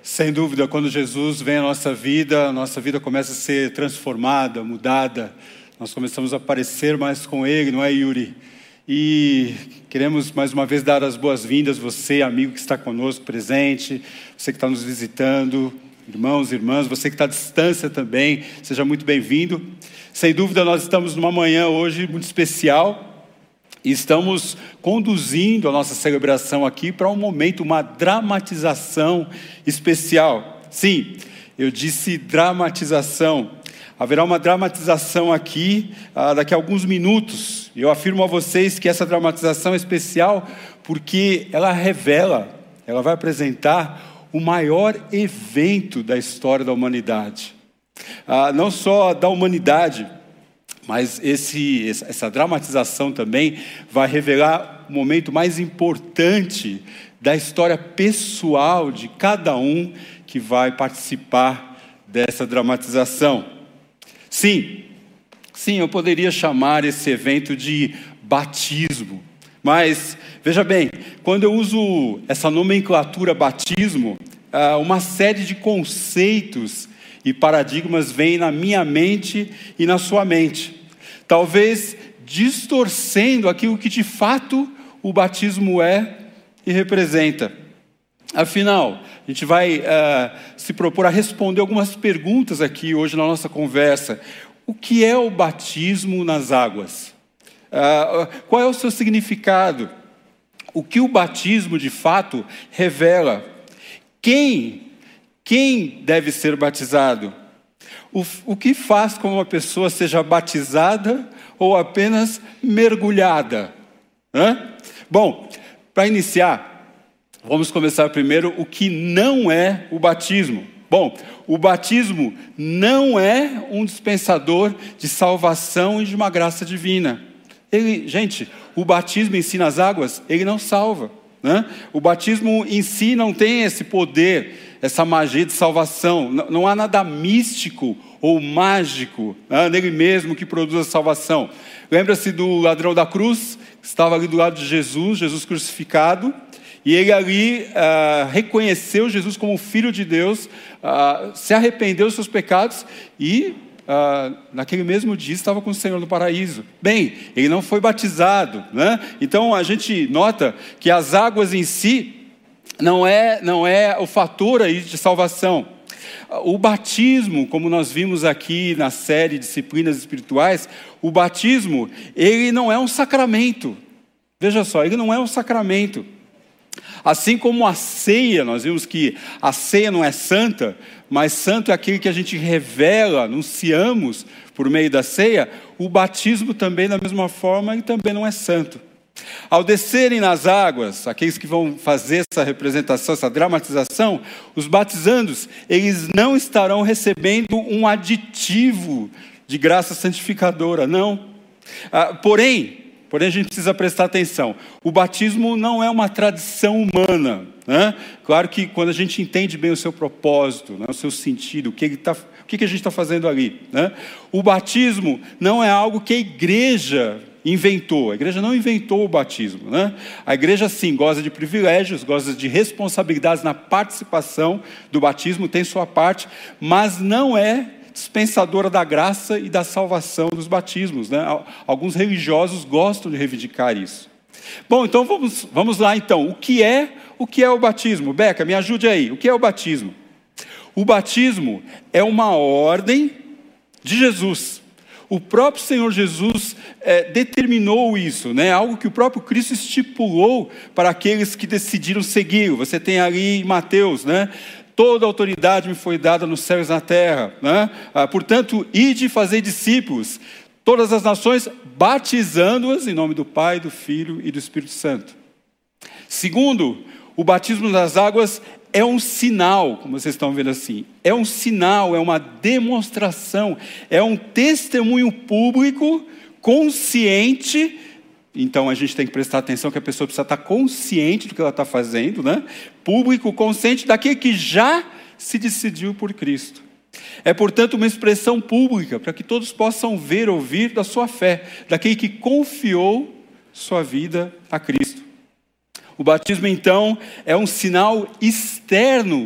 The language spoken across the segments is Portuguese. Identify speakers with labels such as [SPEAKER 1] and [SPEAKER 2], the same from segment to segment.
[SPEAKER 1] Sem dúvida, quando Jesus vem à nossa vida começa a ser transformada, mudada. Nós começamos a parecer mais com Ele, não é, Yuri? E queremos mais uma vez dar as boas-vindas, você, amigo que está conosco presente, você que está nos visitando, irmãos e irmãs, você que está à distância também, seja muito bem-vindo. Sem dúvida, nós estamos numa manhã hoje muito especial. E estamos conduzindo a nossa celebração aqui para um momento, uma dramatização especial. Sim, eu disse dramatização. Haverá uma dramatização aqui daqui a alguns minutos. Eu afirmo a vocês que essa dramatização é especial porque ela vai apresentar o maior evento da história da humanidade. Não só da humanidade, mas essa dramatização também vai revelar o momento mais importante da história pessoal de cada um que vai participar dessa dramatização. Sim, eu poderia chamar esse evento de batismo. Mas, veja bem, quando eu uso essa nomenclatura batismo, uma série de conceitos e paradigmas vêm na minha mente e na sua mente. Talvez distorcendo aquilo que de fato o batismo é e representa. Afinal, a gente vai se propor a responder algumas perguntas aqui hoje na nossa conversa. O que é o batismo nas águas? Qual é o seu significado? O que o batismo de fato revela? Quem deve ser batizado? O que faz com que uma pessoa seja batizada ou apenas mergulhada? Bom, para iniciar, vamos começar primeiro o que não é o batismo. Bom, o batismo não é um dispensador de salvação e de uma graça divina. Gente, o batismo em si nas águas, ele não salva. O batismo em si não tem esse poder, essa magia de salvação. Não há nada místico ou mágico nele mesmo que produza salvação. Lembra-se do ladrão da cruz, que estava ali do lado de Jesus crucificado, e ele ali reconheceu Jesus como Filho de Deus, se arrependeu dos seus pecados e naquele mesmo dia estava com o Senhor no paraíso. Bem, ele não foi batizado, Então a gente nota que as águas em si não é o fator aí de salvação. O batismo, como nós vimos aqui na série Disciplinas Espirituais, o batismo, ele não é um sacramento. Veja só, ele não é um sacramento. Assim como a ceia, nós vimos que a ceia não é santa, mas santo é aquele que a gente revela, anunciamos por meio da ceia. O batismo também, da mesma forma, ele também não é santo. Ao descerem nas águas, aqueles que vão fazer essa representação, essa dramatização, os batizandos, eles não estarão recebendo um aditivo de graça santificadora, não. Porém, a gente precisa prestar atenção. O batismo não é uma tradição humana. Claro que quando a gente entende bem o seu propósito, o seu sentido, o que a gente está fazendo ali. O batismo não é algo que a igreja inventou. A igreja não inventou o batismo. A igreja, sim, goza de privilégios, goza de responsabilidades na participação do batismo, tem sua parte, mas não é dispensadora da graça e da salvação dos batismos. Alguns religiosos gostam de reivindicar isso. Bom, então vamos lá então. O que é o batismo? Beca, me ajude aí. O que é o batismo? O batismo é uma ordem de Jesus. O próprio Senhor Jesus determinou isso, algo que o próprio Cristo estipulou para aqueles que decidiram segui-lo. Você tem ali em Mateus, toda a autoridade me foi dada nos céus e na terra. Portanto, ide e fazei discípulos, todas as nações, batizando-as em nome do Pai, do Filho e do Espírito Santo. Segundo, o batismo das águas é um sinal, como vocês estão vendo assim. É um sinal, é uma demonstração, é um testemunho público, consciente. Então a gente tem que prestar atenção que a pessoa precisa estar consciente do que ela está fazendo, Público, consciente daquele que já se decidiu por Cristo. É, portanto, uma expressão pública para que todos possam ver, ouvir da sua fé, daquele que confiou sua vida a Cristo. O batismo, então, é um sinal externo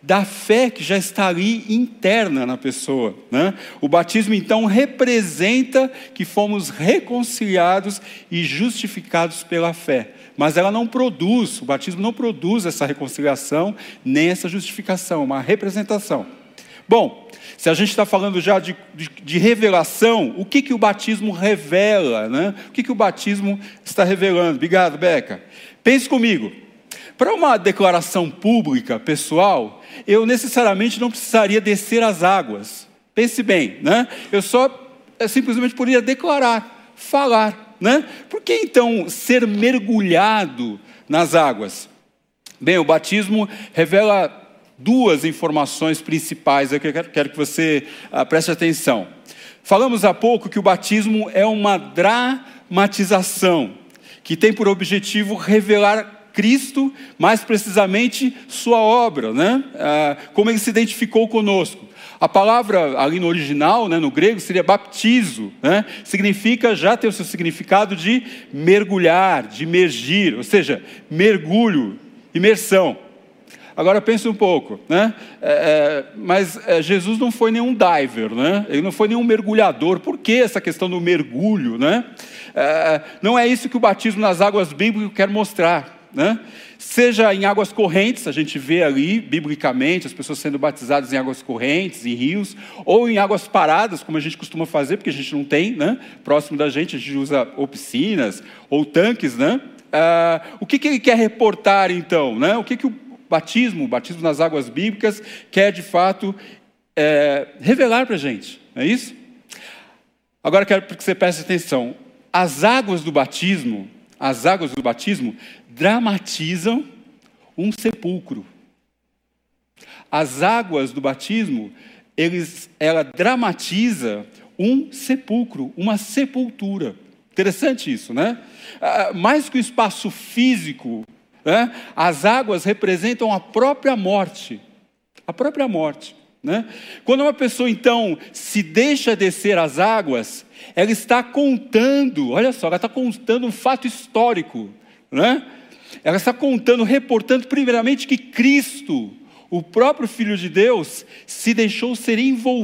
[SPEAKER 1] da fé que já está ali interna na pessoa, né? O batismo, então, representa que fomos reconciliados e justificados pela fé. Mas ela não produz, o batismo não produz essa reconciliação, nem essa justificação, uma representação. Bom, se a gente está falando já de revelação, o que o batismo revela, né? O que o batismo está revelando? Obrigado, Beca. Pense comigo. Para uma declaração pública, pessoal, eu necessariamente não precisaria descer as águas. Pense bem, né? Eu simplesmente poderia declarar, falar, né? Por que então ser mergulhado nas águas? Bem, o batismo revela duas informações principais que eu quero que você preste atenção. Falamos há pouco que o batismo é uma dramatização, que tem por objetivo revelar Cristo, mais precisamente sua obra, né? Como ele se identificou conosco. A palavra ali no original, né, no grego, seria baptizo, né? Significa, já tem o seu significado de mergulhar, de imergir, ou seja, mergulho, imersão. Agora pense um pouco, né? Mas Jesus não foi nenhum diver, né? Ele não foi nenhum mergulhador. Por que essa questão do mergulho, né? Não é isso que o batismo nas águas bíblicas quer mostrar, né? Seja em águas correntes, a gente vê ali, biblicamente, as pessoas sendo batizadas em águas correntes, em rios, ou em águas paradas, como a gente costuma fazer, porque a gente não tem, né? Próximo da gente, a gente usa ou piscinas, ou tanques, né? O que ele quer reportar, então, né? O que o batismo nas águas bíblicas, quer de fato revelar para a gente, não é isso? Agora quero que você preste atenção. As águas do batismo dramatizam um sepulcro. As águas do batismo, ela dramatiza um sepulcro, uma sepultura. Interessante isso, né? Mais que o espaço físico, né? As águas representam a própria morte. A própria morte, né? Quando uma pessoa, então, se deixa descer as águas, ela está contando, olha só, ela está contando um fato histórico, né? Ela está contando, reportando primeiramente que Cristo, o próprio Filho de Deus, se deixou ser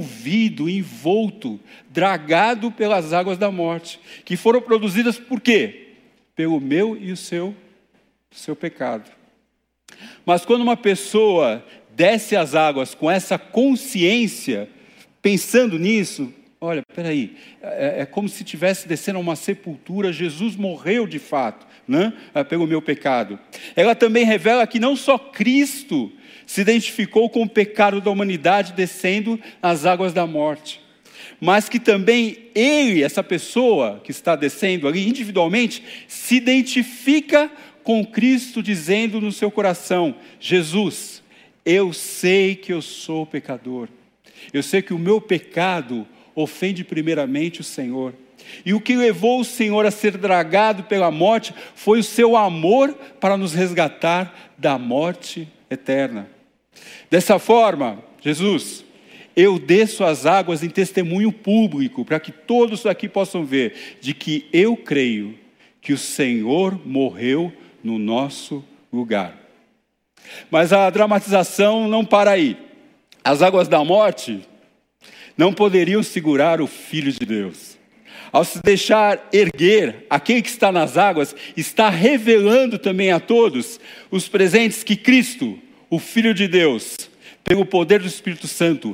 [SPEAKER 1] envolto, dragado pelas águas da morte, que foram produzidas por quê? Pelo meu e o seu pecado. Mas quando uma pessoa desce as águas com essa consciência, pensando nisso, olha, peraí, é como se estivesse descendo a uma sepultura, Jesus morreu de fato, né? Pelo meu pecado. Ela também revela que não só Cristo se identificou com o pecado da humanidade descendo nas águas da morte, mas que também ele, essa pessoa que está descendo ali individualmente, se identifica com Cristo dizendo no seu coração: Jesus, eu sei que eu sou pecador, eu sei que o meu pecado ofende primeiramente o Senhor, e o que levou o Senhor a ser dragado pela morte foi o seu amor para nos resgatar da morte eterna. Dessa forma, Jesus, eu desço as águas em testemunho público, para que todos aqui possam ver, de que eu creio que o Senhor morreu no nosso lugar. Mas a dramatização não para aí. As águas da morte não poderiam segurar o Filho de Deus. Ao se deixar erguer, aquele que está nas águas está revelando também a todos os presentes que Cristo, o Filho de Deus, pelo poder do Espírito Santo,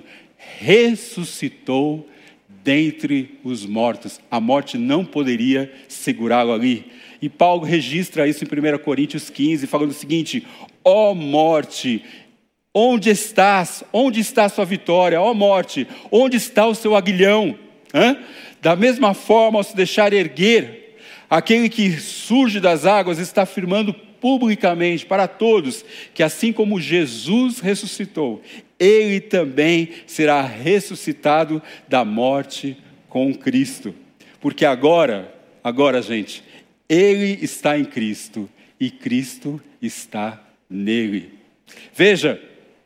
[SPEAKER 1] ressuscitou dentre os mortos. A morte não poderia segurá-lo ali. E Paulo registra isso em 1 Coríntios 15, falando o seguinte: ó morte, onde estás? Onde está a sua vitória? Ó morte, onde está o seu aguilhão? Da mesma forma, ao se deixar erguer, aquele que surge das águas está afirmando publicamente para todos que assim como Jesus ressuscitou, ele também será ressuscitado da morte com Cristo. Porque agora, gente, ele está em Cristo e Cristo está nele. Veja,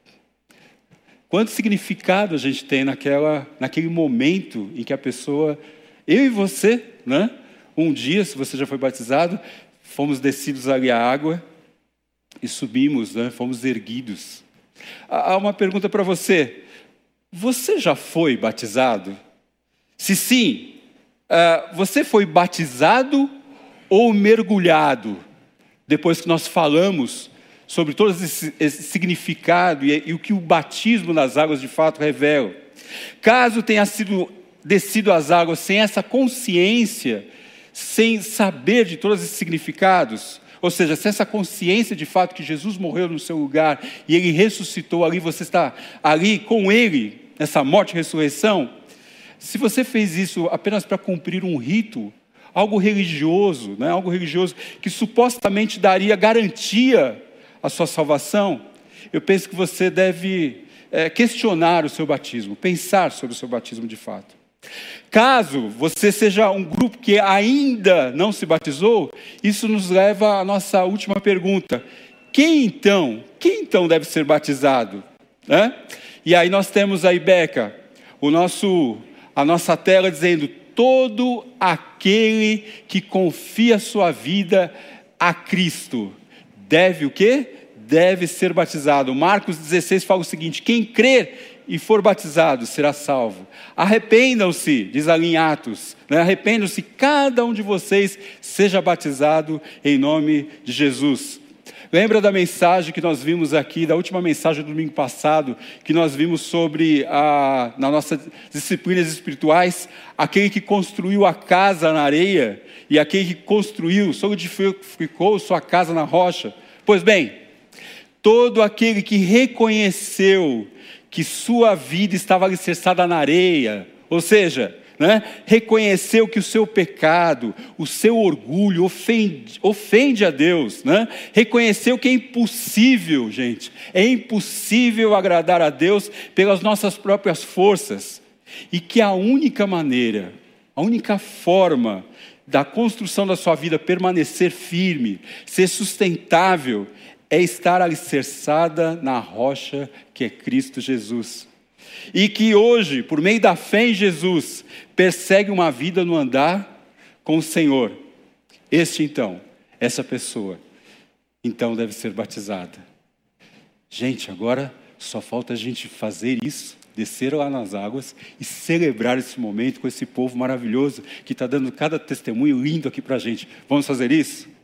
[SPEAKER 1] quanto significado a gente tem naquele momento em que a pessoa, eu e você, né? Um dia, se você já foi batizado, fomos descidos ali à água e subimos, né? Fomos erguidos. Há uma pergunta para você. Você já foi batizado? Se sim, você foi batizado ou mergulhado? Depois que nós falamos sobre todo esse significado e o que o batismo nas águas de fato revela. Caso tenha sido descido às águas sem essa consciência, sem saber de todos esses significados, ou seja, sem essa consciência de fato que Jesus morreu no seu lugar e Ele ressuscitou ali, você está ali com Ele, nessa morte e ressurreição, se você fez isso apenas para cumprir um rito, algo religioso, né? Algo religioso que supostamente daria garantia à sua salvação, eu penso que você deve questionar o seu batismo, pensar sobre o seu batismo de fato. Caso você seja um grupo que ainda não se batizou, isso nos leva à nossa última pergunta. Quem então deve ser batizado? Né? E aí nós temos aí, Beca, a nossa tela dizendo: todo aquele que confia sua vida a Cristo deve o quê? Deve ser batizado. Marcos 16 fala o seguinte: quem crer e for batizado será salvo. Arrependam-se, diz ali em Atos, né? Arrependam-se, cada um de vocês seja batizado em nome de Jesus. Lembra da mensagem que nós vimos aqui, da última mensagem do domingo passado, que nós vimos sobre, nas nossas disciplinas espirituais, aquele que construiu a casa na areia e aquele que solidificou sua casa na rocha? Pois bem, todo aquele que reconheceu que sua vida estava alicerçada na areia, ou seja, né, reconheceu que o seu pecado, o seu orgulho ofende a Deus, né? Reconheceu que é impossível, gente, é impossível agradar a Deus pelas nossas próprias forças, e que a única maneira, a única forma da construção da sua vida permanecer firme, ser sustentável, é estar alicerçada na rocha que é Cristo Jesus. E que hoje, por meio da fé em Jesus, persegue uma vida no andar com o Senhor. Essa pessoa, então deve ser batizada. Gente, agora só falta a gente fazer isso, descer lá nas águas e celebrar esse momento com esse povo maravilhoso que está dando cada testemunho lindo aqui para a gente. Vamos fazer isso?